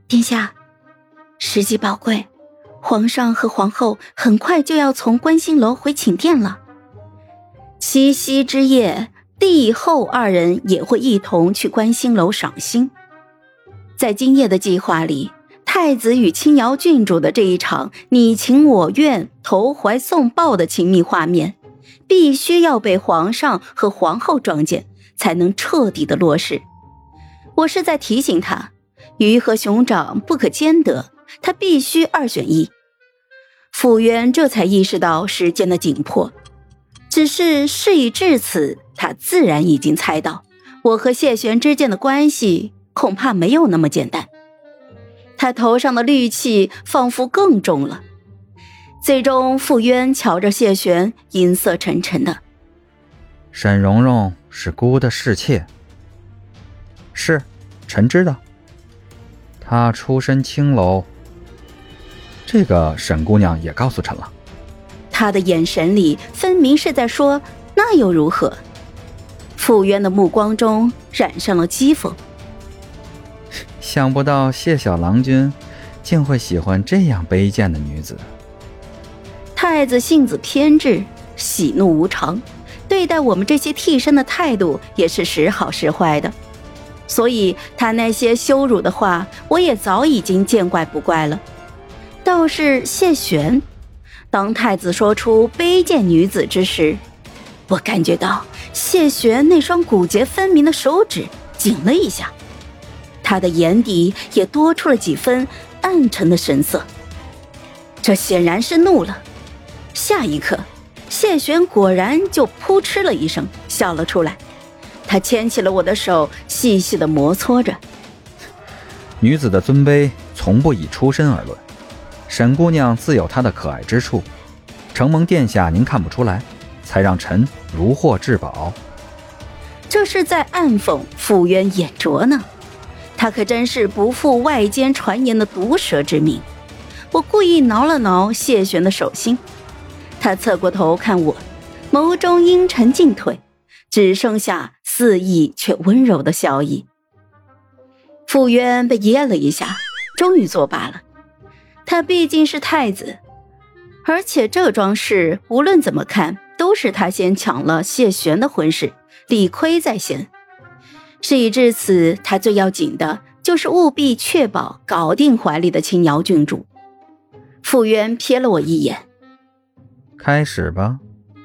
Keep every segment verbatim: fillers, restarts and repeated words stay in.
殿下，时机宝贵，皇上和皇后很快就要从观星楼回寝殿了。七夕之夜，帝后二人也会一同去观星楼赏星。在今夜的计划里，太子与青瑶郡主的这一场你情我愿、投怀送抱的亲密画面，必须要被皇上和皇后撞见，才能彻底的落实。我是在提醒他，鱼和熊掌不可兼得，他必须二选一。傅渊这才意识到时间的紧迫，只是事已至此，他自然已经猜到我和谢玄之间的关系恐怕没有那么简单。他头上的戾气仿佛更重了。最终傅渊瞧着谢玄，阴色沉沉的。 沈蓉蓉是姑的侍妾。是，臣知道。她出身青楼，这个沈姑娘也告诉臣了。 她的眼神里分明是在说那又如何。傅渊的目光中染上了讥讽。 想不到谢小郎君竟会喜欢这样卑贱的女子。 太子性子偏执，喜怒无常，对待我们这些替身的态度也是时好时坏的，所以他那些羞辱的话我也早已经见怪不怪了。倒是谢玄，当太子说出卑贱女子之时，我感觉到谢玄那双骨节分明的手指紧了一下，他的眼底也多出了几分暗沉的神色。这显然是怒了。下一刻，谢玄果然就扑哧了一声笑了出来，他牵起了我的手，细细地摩搓着。 女子的尊卑从不以出身而论，沈姑娘自有她的可爱之处，承蒙殿下您看不出来，才让臣如获至宝。 这是在暗讽傅渊眼拙呢，他可真是不负外间传言的毒舌之名。我故意挠了挠谢玄的手心，他侧过头看我，眸中阴沉进退，只剩下肆意却温柔的笑意。傅渊被噎了一下，终于作罢了。他毕竟是太子，而且这桩事无论怎么看都是他先抢了谢玄的婚事，理亏在先。事已至此，他最要紧的就是务必确保搞定怀里的青瑶郡主。傅渊瞥了我一眼， 开始吧。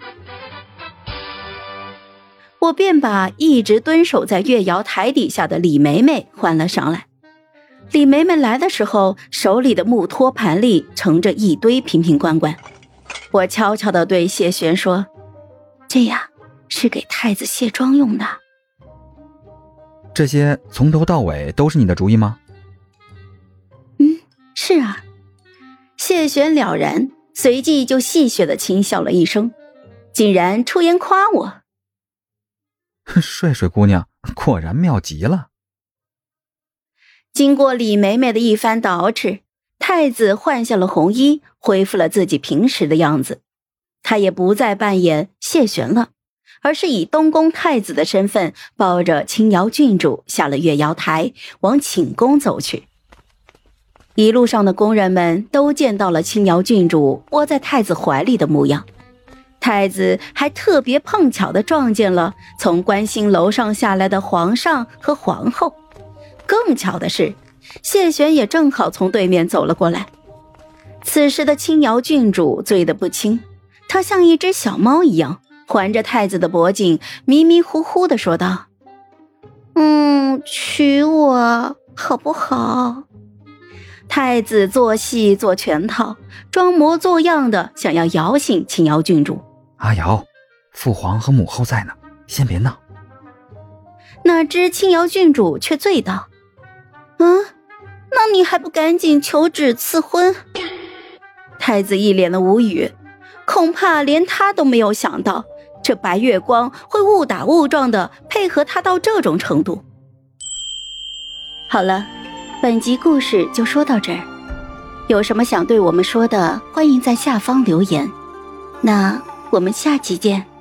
我便把一直蹲守在月瑶台底下的李梅梅唤了上来。李梅梅来的时候，手里的木托盘里盛着一堆瓶瓶罐罐。我悄悄地对谢玄说，这呀是给太子卸妆用的。 这些从头到尾都是你的主意吗？ 嗯，是啊。谢玄了然，随即就戏谑地轻笑了一声，竟然出言夸我。 睡睡姑娘果然妙极了。 经过李梅梅的一番捯饬，太子换下了红衣，恢复了自己平时的样子。他也不再扮演谢玄了，而是以东宫太子的身份，抱着青瑶郡主下了月瑶台，往寝宫走去。一路上的宫人们都见到了青瑶郡主窝在太子怀里的模样，太子还特别碰巧地撞见了从观星楼上下来的皇上和皇后。更巧的是，谢玄也正好从对面走了过来。此时的青瑶郡主醉得不轻，她像一只小猫一样环着太子的脖颈，迷迷糊糊地说道，嗯，娶我好不好？太子做戏做全套，装模作样的想要摇醒青瑶郡主。 阿瑶，父皇和母后在呢，先别闹。 哪知青瑶郡主却醉道，嗯，那你还不赶紧求旨赐婚？太子一脸的无语，恐怕连他都没有想到，这白月光会误打误撞的配合他到这种程度。好了，本集故事就说到这儿，有什么想对我们说的，欢迎在下方留言。那我们下集见。